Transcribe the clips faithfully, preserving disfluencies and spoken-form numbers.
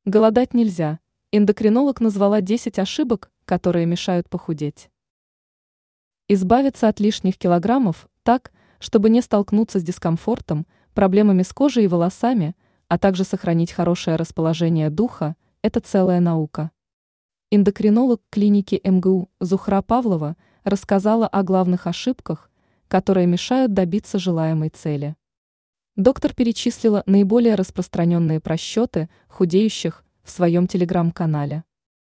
Голодать нельзя. Эндокринолог назвала десять ошибок, которые мешают похудеть. Избавиться от лишних килограммов так, чтобы не столкнуться с дискомфортом, проблемами с кожей и волосами, а также сохранить хорошее расположение духа – это целая наука. Эндокринолог клиники эм гэ у Зухра Павлова рассказала о главных ошибках, которые мешают добиться желаемой цели. Доктор перечислила наиболее распространенные просчеты худеющих в своем телеграм-канале.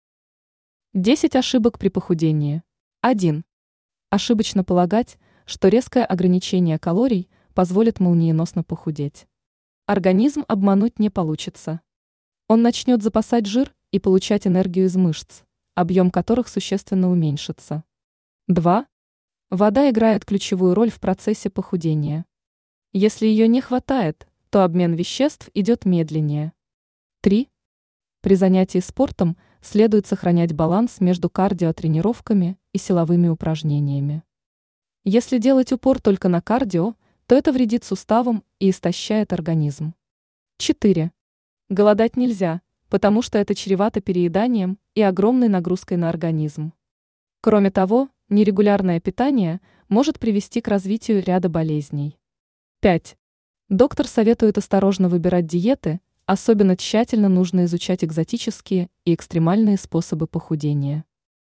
десять ошибок при похудении. один. Ошибочно полагать, что резкое ограничение калорий позволит молниеносно похудеть. Организм обмануть не получится. Он начнет запасать жир и получать энергию из мышц, объем которых существенно уменьшится. два. Вода играет ключевую роль в процессе похудения. Если ее не хватает, то обмен веществ идет медленнее. три. При занятии спортом следует сохранять баланс между кардиотренировками и силовыми упражнениями. Если делать упор только на кардио, то это вредит суставам и истощает организм. четыре. Голодать нельзя, потому что это чревато перееданием и огромной нагрузкой на организм. Кроме того, нерегулярное питание может привести к развитию ряда болезней. пять. Доктор советует осторожно выбирать диеты, особенно тщательно нужно изучать экзотические и экстремальные способы похудения.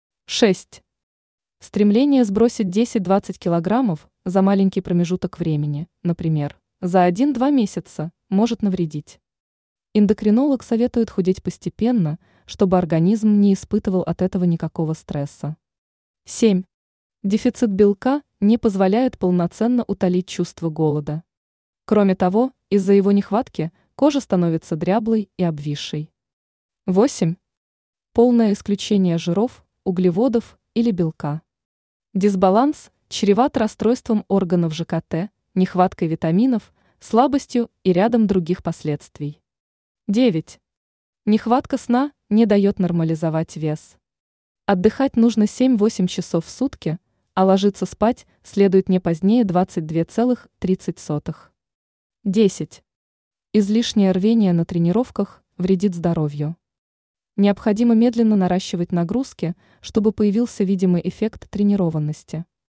шесть. Стремление сбросить десять-двадцать килограммов за маленький промежуток времени, например, за один-два месяца, может навредить. Эндокринолог советует худеть постепенно, чтобы организм не испытывал от этого никакого стресса. семь. Дефицит белка не позволяет полноценно утолить чувство голода. Кроме того, из-за его нехватки кожа становится дряблой и обвисшей. восемь. Полное исключение жиров, углеводов или белка. Дисбаланс чреват расстройством органов жэ ка тэ, нехваткой витаминов, слабостью и рядом других последствий. девять. Нехватка сна не дает нормализовать вес. Отдыхать нужно семь-восемь часов в сутки, а ложиться спать следует не позднее двадцать две целых тридцать сотых. десять. Излишнее рвение на тренировках вредит здоровью. Необходимо медленно наращивать нагрузки, чтобы появился видимый эффект тренированности.